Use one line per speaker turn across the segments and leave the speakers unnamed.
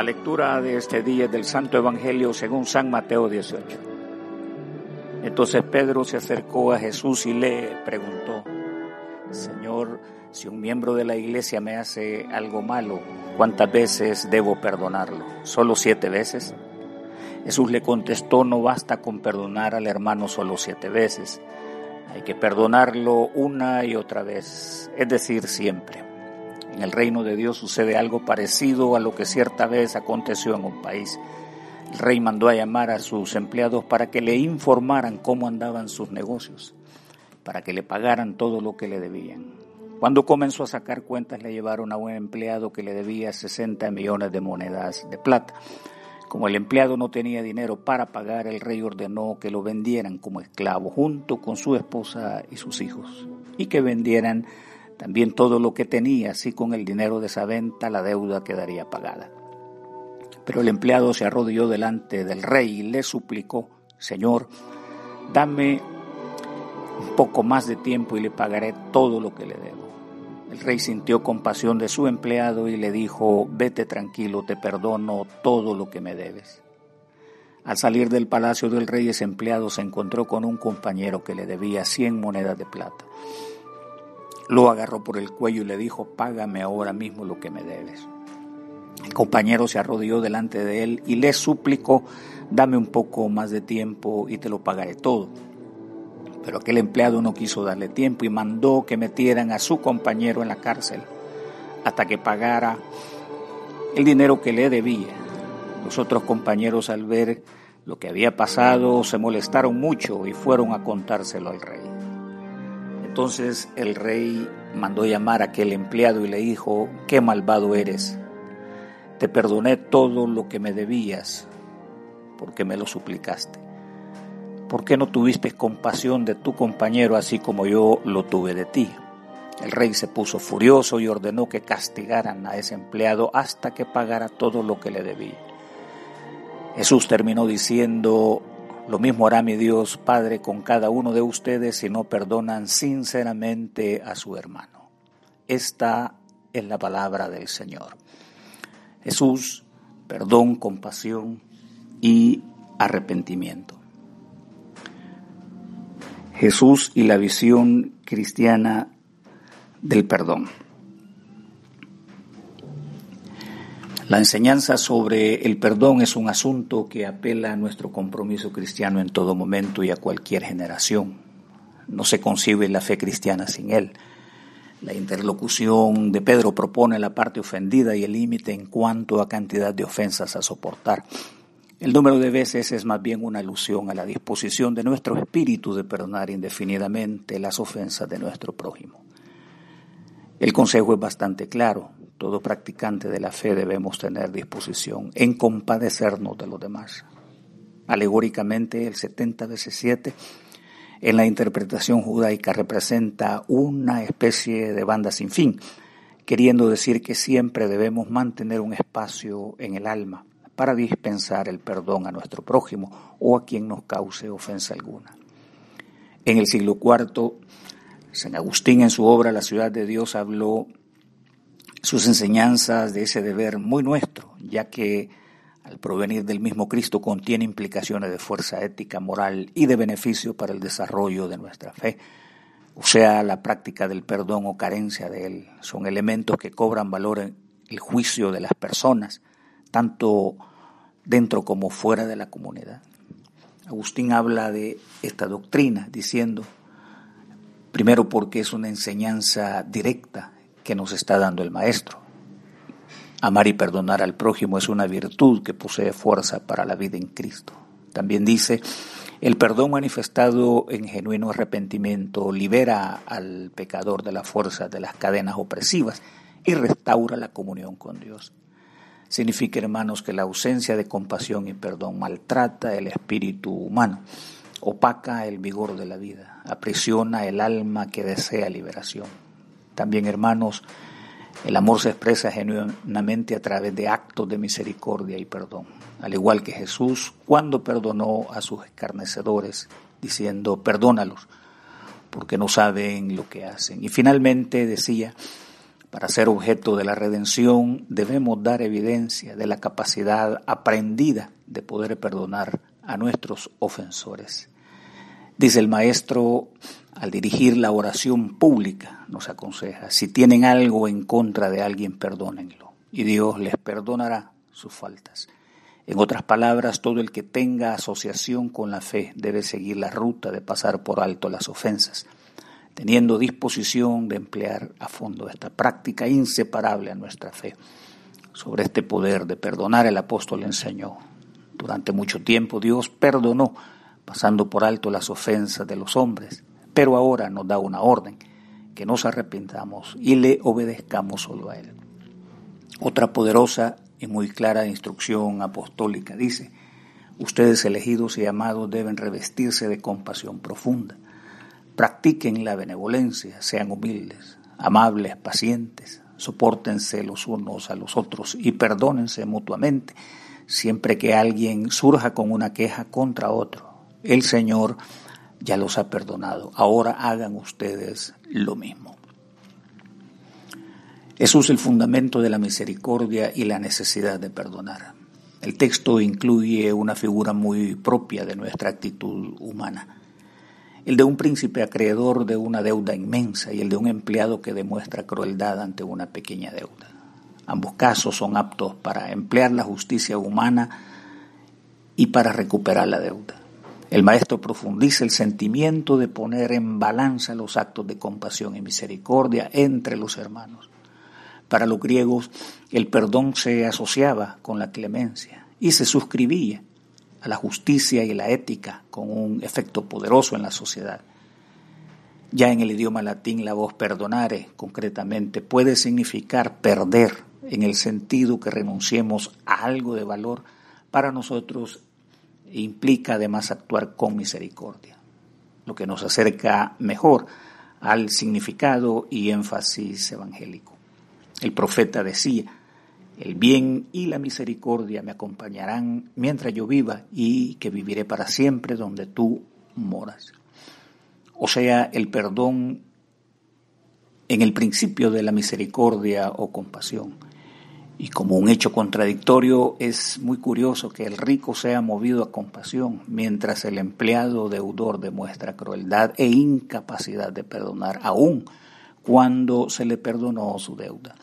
La lectura de este día es del Santo Evangelio según San Mateo 18. Entonces Pedro se acercó a Jesús y le preguntó: Señor, si un miembro de la iglesia me hace algo malo, ¿cuántas veces debo perdonarlo? ¿Solo 7 veces? Jesús le contestó: no basta con perdonar al hermano solo 7 veces. Hay que perdonarlo una y otra vez, es decir, siempre. En el reino de Dios sucede algo parecido a lo que cierta vez aconteció en un país. El rey mandó a llamar a sus empleados para que le informaran cómo andaban sus negocios, para que le pagaran todo lo que le debían. Cuando comenzó a sacar cuentas, le llevaron a un empleado que le debía 60 millones de monedas de plata. Como el empleado no tenía dinero para pagar, el rey ordenó que lo vendieran como esclavo junto con su esposa y sus hijos, y que vendieran también todo lo que tenía, así con el dinero de esa venta la deuda quedaría pagada. Pero el empleado se arrodilló delante del rey y le suplicó: Señor, dame un poco más de tiempo y le pagaré todo lo que le debo. El rey sintió compasión de su empleado y le dijo: vete tranquilo, te perdono todo lo que me debes. Al salir del palacio del rey, ese empleado se encontró con un compañero que le debía 100 monedas de plata. Lo agarró por el cuello y le dijo: págame ahora mismo lo que me debes. El compañero se arrodilló delante de él y le suplicó: dame un poco más de tiempo y te lo pagaré todo. Pero aquel empleado no quiso darle tiempo y mandó que metieran a su compañero en la cárcel hasta que pagara el dinero que le debía. Los otros compañeros, al ver lo que había pasado, se molestaron mucho y fueron a contárselo al rey. Entonces el rey mandó llamar a aquel empleado y le dijo: qué malvado eres, te perdoné todo lo que me debías porque me lo suplicaste. ¿Por qué no tuviste compasión de tu compañero así como yo lo tuve de ti? El rey se puso furioso y ordenó que castigaran a ese empleado hasta que pagara todo lo que le debía. Jesús terminó diciendo: lo mismo hará mi Dios Padre con cada uno de ustedes si no perdonan sinceramente a su hermano. Esta es la palabra del Señor. Jesús, perdón, compasión y arrepentimiento. Jesús y la visión cristiana del perdón. La enseñanza sobre el perdón es un asunto que apela a nuestro compromiso cristiano en todo momento y a cualquier generación. No se concibe la fe cristiana sin él. La interlocución de Pedro propone la parte ofendida y el límite en cuanto a cantidad de ofensas a soportar. El número de veces es más bien una alusión a la disposición de nuestro espíritu de perdonar indefinidamente las ofensas de nuestro prójimo. El consejo es bastante claro. Todo practicante de la fe debemos tener disposición en compadecernos de los demás. Alegóricamente, el 70 veces 7 en la interpretación judaica representa una especie de banda sin fin, queriendo decir que siempre debemos mantener un espacio en el alma para dispensar el perdón a nuestro prójimo o a quien nos cause ofensa alguna. En el siglo IV, San Agustín en su obra La ciudad de Dios habló sus enseñanzas de ese deber muy nuestro, ya que al provenir del mismo Cristo contiene implicaciones de fuerza ética, moral y de beneficio para el desarrollo de nuestra fe. O sea, la práctica del perdón o carencia de él son elementos que cobran valor en el juicio de las personas, tanto dentro como fuera de la comunidad. Agustín habla de esta doctrina diciendo: primero, porque es una enseñanza directa que nos está dando el Maestro. Amar y perdonar al prójimo es una virtud que posee fuerza para la vida en Cristo. También dice: el perdón manifestado en genuino arrepentimiento libera al pecador de la fuerza de las cadenas opresivas y restaura la comunión con Dios. Significa, hermanos, que la ausencia de compasión y perdón maltrata el espíritu humano, opaca el vigor de la vida, aprisiona el alma que desea liberación. También, hermanos, el amor se expresa genuinamente a través de actos de misericordia y perdón, al igual que Jesús cuando perdonó a sus escarnecedores, diciendo: perdónalos, porque no saben lo que hacen. Y finalmente decía: Para ser objeto de la redención debemos dar evidencia de la capacidad aprendida de poder perdonar a nuestros ofensores. Dice el maestro, al dirigir la oración pública, nos aconseja, si tienen algo en contra de alguien, perdónenlo, y Dios les perdonará sus faltas. En otras palabras, todo el que tenga asociación con la fe debe seguir la ruta de pasar por alto las ofensas, teniendo disposición de emplear a fondo esta práctica inseparable a nuestra fe. Sobre este poder de perdonar, el apóstol enseñó. Durante mucho tiempo Dios perdonó, pasando por alto las ofensas de los hombres, pero ahora nos da una orden, que nos arrepentamos y le obedezcamos solo a Él. Otra poderosa y muy clara instrucción apostólica dice, ustedes elegidos y amados deben revestirse de compasión profunda. Practiquen la benevolencia, sean humildes, amables, pacientes, sopórtense los unos a los otros y perdónense mutuamente siempre que alguien surja con una queja contra otro. El Señor ya los ha perdonado, ahora hagan ustedes lo mismo. Eso es el fundamento de la misericordia y la necesidad de perdonar. El texto incluye una figura muy propia de nuestra actitud humana. El de un príncipe acreedor de una deuda inmensa y el de un empleado que demuestra crueldad ante una pequeña deuda. Ambos casos son aptos para emplear la justicia humana y para recuperar la deuda. El maestro profundiza el sentimiento de poner en balanza los actos de compasión y misericordia entre los hermanos. Para los griegos, el perdón se asociaba con la clemencia y se suscribía a la justicia y la ética con un efecto poderoso en la sociedad. Ya en el idioma latín, la voz perdonare, concretamente, puede significar perder, en el sentido que renunciemos a algo de valor para nosotros, implica además actuar con misericordia, lo que nos acerca mejor al significado y énfasis evangélico. El profeta decía, el bien y la misericordia me acompañarán mientras yo viva y que viviré para siempre donde tú moras. O sea, el perdón en el principio de la misericordia o compasión. Y como un hecho contradictorio, es muy curioso que el rico sea movido a compasión, mientras el empleado deudor demuestra crueldad e incapacidad de perdonar, aun cuando se le perdonó su deuda.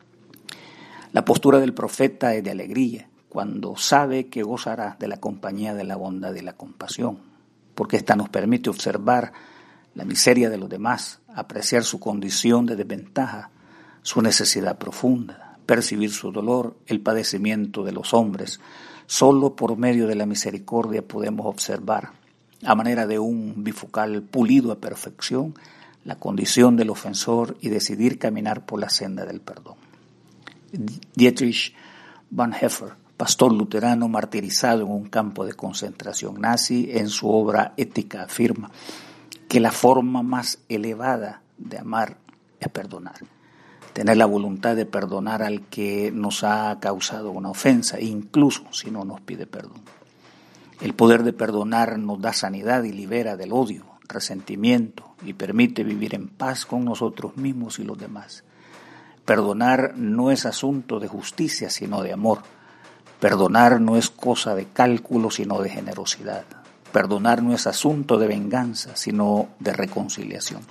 La postura del profeta es de alegría, cuando sabe que gozará de la compañía de la bondad y la compasión, porque ésta nos permite observar la miseria de los demás, apreciar su condición de desventaja, su necesidad profunda, percibir su dolor, el padecimiento de los hombres. Solo por medio de la misericordia podemos observar, a manera de un bifocal pulido a perfección, la condición del ofensor y decidir caminar por la senda del perdón. Dietrich Bonhoeffer, pastor luterano martirizado en un campo de concentración nazi, en su obra Ética afirma que la forma más elevada de amar es perdonar. Tener la voluntad de perdonar al que nos ha causado una ofensa, incluso si no nos pide perdón. El poder de perdonar nos da sanidad y libera del odio, resentimiento y permite vivir en paz con nosotros mismos y los demás. Perdonar no es asunto de justicia, sino de amor. Perdonar no es cosa de cálculo, sino de generosidad. Perdonar no es asunto de venganza, sino de reconciliación.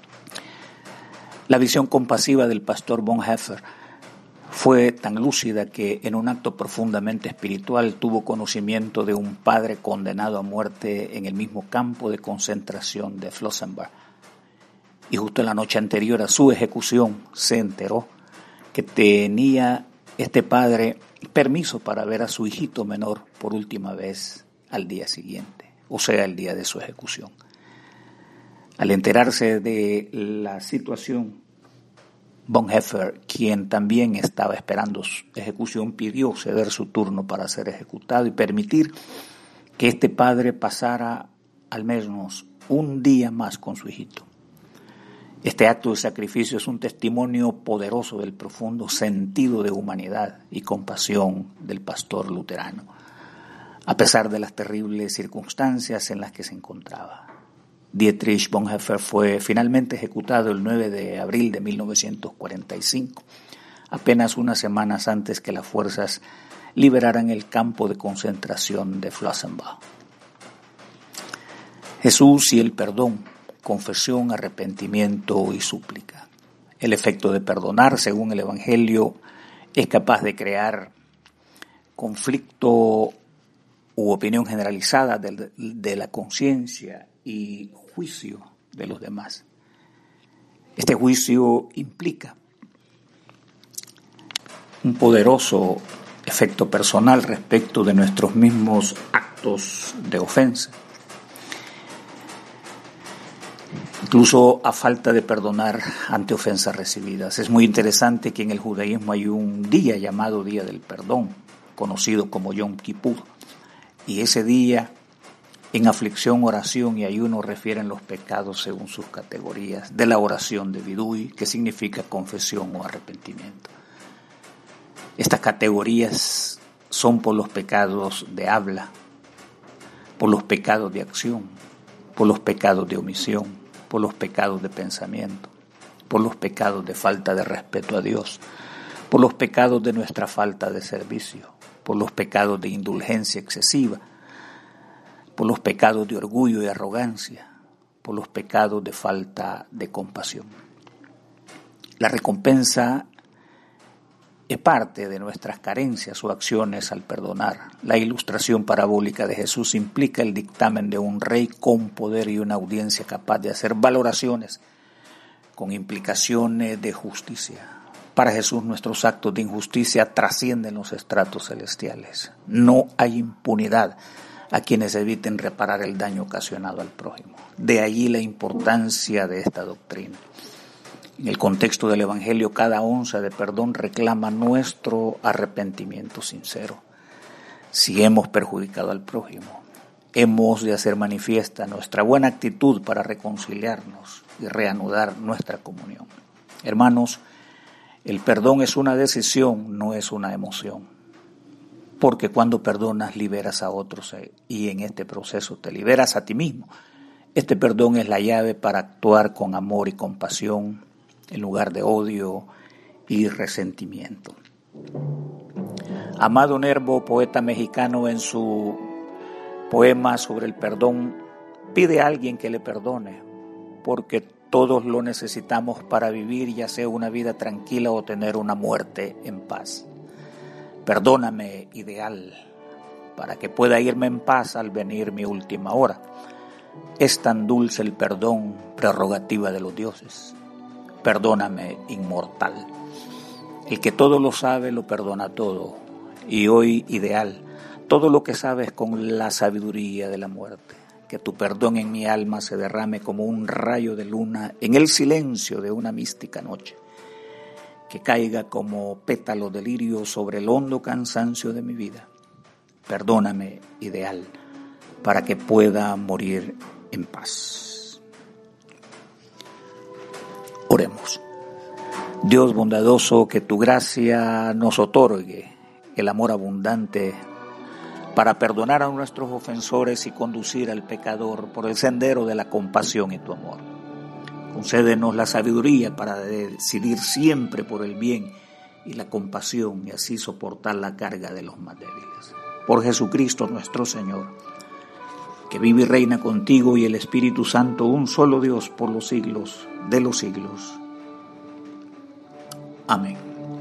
La visión compasiva del pastor Bonhoeffer fue tan lúcida que en un acto profundamente espiritual tuvo conocimiento de un padre condenado a muerte en el mismo campo de concentración de Flossenbürg. Y justo en la noche anterior a su ejecución se enteró que tenía este padre permiso para ver a su hijito menor por última vez al día siguiente, o sea, el día de su ejecución. Al enterarse de la situación, Bonhoeffer, quien también estaba esperando su ejecución, pidió ceder su turno para ser ejecutado y permitir que este padre pasara al menos un día más con su hijito. Este acto de sacrificio es un testimonio poderoso del profundo sentido de humanidad y compasión del pastor luterano, a pesar de las terribles circunstancias en las que se encontraba. Dietrich Bonhoeffer fue finalmente ejecutado el 9 de abril de 1945, apenas unas semanas antes que las fuerzas liberaran el campo de concentración de Flossenbach. Jesús y el perdón, confesión, arrepentimiento y súplica. El efecto de perdonar, según el Evangelio, es capaz de crear conflicto u opinión generalizada de la conciencia y juicio de los demás. Este juicio implica un poderoso efecto personal respecto de nuestros mismos actos de ofensa. Incluso a falta de perdonar ante ofensas recibidas. Es muy interesante que en el judaísmo hay un día llamado Día del Perdón, conocido como Yom Kippur. Y ese día, en aflicción, oración y ayuno, refieren los pecados según sus categorías, de la oración de Vidui, que significa confesión o arrepentimiento. Estas categorías son por los pecados de habla, por los pecados de acción, por los pecados de omisión, por los pecados de pensamiento, por los pecados de falta de respeto a Dios, por los pecados de nuestra falta de servicio, por los pecados de indulgencia excesiva, por los pecados de orgullo y arrogancia, por los pecados de falta de compasión. La recompensa es parte de nuestras carencias o acciones al perdonar. La ilustración parabólica de Jesús implica el dictamen de un rey con poder y una audiencia capaz de hacer valoraciones con implicaciones de justicia. Para Jesús, nuestros actos de injusticia trascienden los estratos celestiales. No hay impunidad a quienes eviten reparar el daño ocasionado al prójimo. De allí la importancia de esta doctrina. En el contexto del Evangelio, cada onza de perdón reclama nuestro arrepentimiento sincero. Si hemos perjudicado al prójimo, hemos de hacer manifiesta nuestra buena actitud para reconciliarnos y reanudar nuestra comunión. Hermanos, el perdón es una decisión, no es una emoción. Porque cuando perdonas, liberas a otros y en este proceso te liberas a ti mismo. Este perdón es la llave para actuar con amor y compasión en lugar de odio y resentimiento. Amado Nervo, poeta mexicano, en su poema sobre el perdón, pide a alguien que le perdone, porque todos lo necesitamos para vivir, ya sea una vida tranquila o tener una muerte en paz. Perdóname, ideal, para que pueda irme en paz al venir mi última hora. Es tan dulce el perdón, prerrogativa de los dioses. Perdóname, inmortal. El que todo lo sabe, lo perdona todo. Y hoy, ideal, todo lo que sabes con la sabiduría de la muerte. Que tu perdón en mi alma se derrame como un rayo de luna en el silencio de una mística noche. Que caiga como pétalo de lirio sobre el hondo cansancio de mi vida. Perdóname, ideal, para que pueda morir en paz. Oremos. Dios bondadoso, que tu gracia nos otorgue el amor abundante para perdonar a nuestros ofensores y conducir al pecador por el sendero de la compasión y tu amor. Concédenos la sabiduría para decidir siempre por el bien y la compasión y así soportar la carga de los más débiles. Por Jesucristo nuestro Señor, que vive y reina contigo y el Espíritu Santo, un solo Dios por los siglos de los siglos. Amén.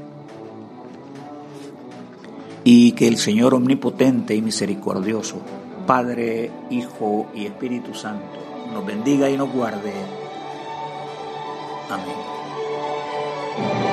Y que el Señor omnipotente y misericordioso, Padre, Hijo y Espíritu Santo, nos bendiga y nos guarde. Amén.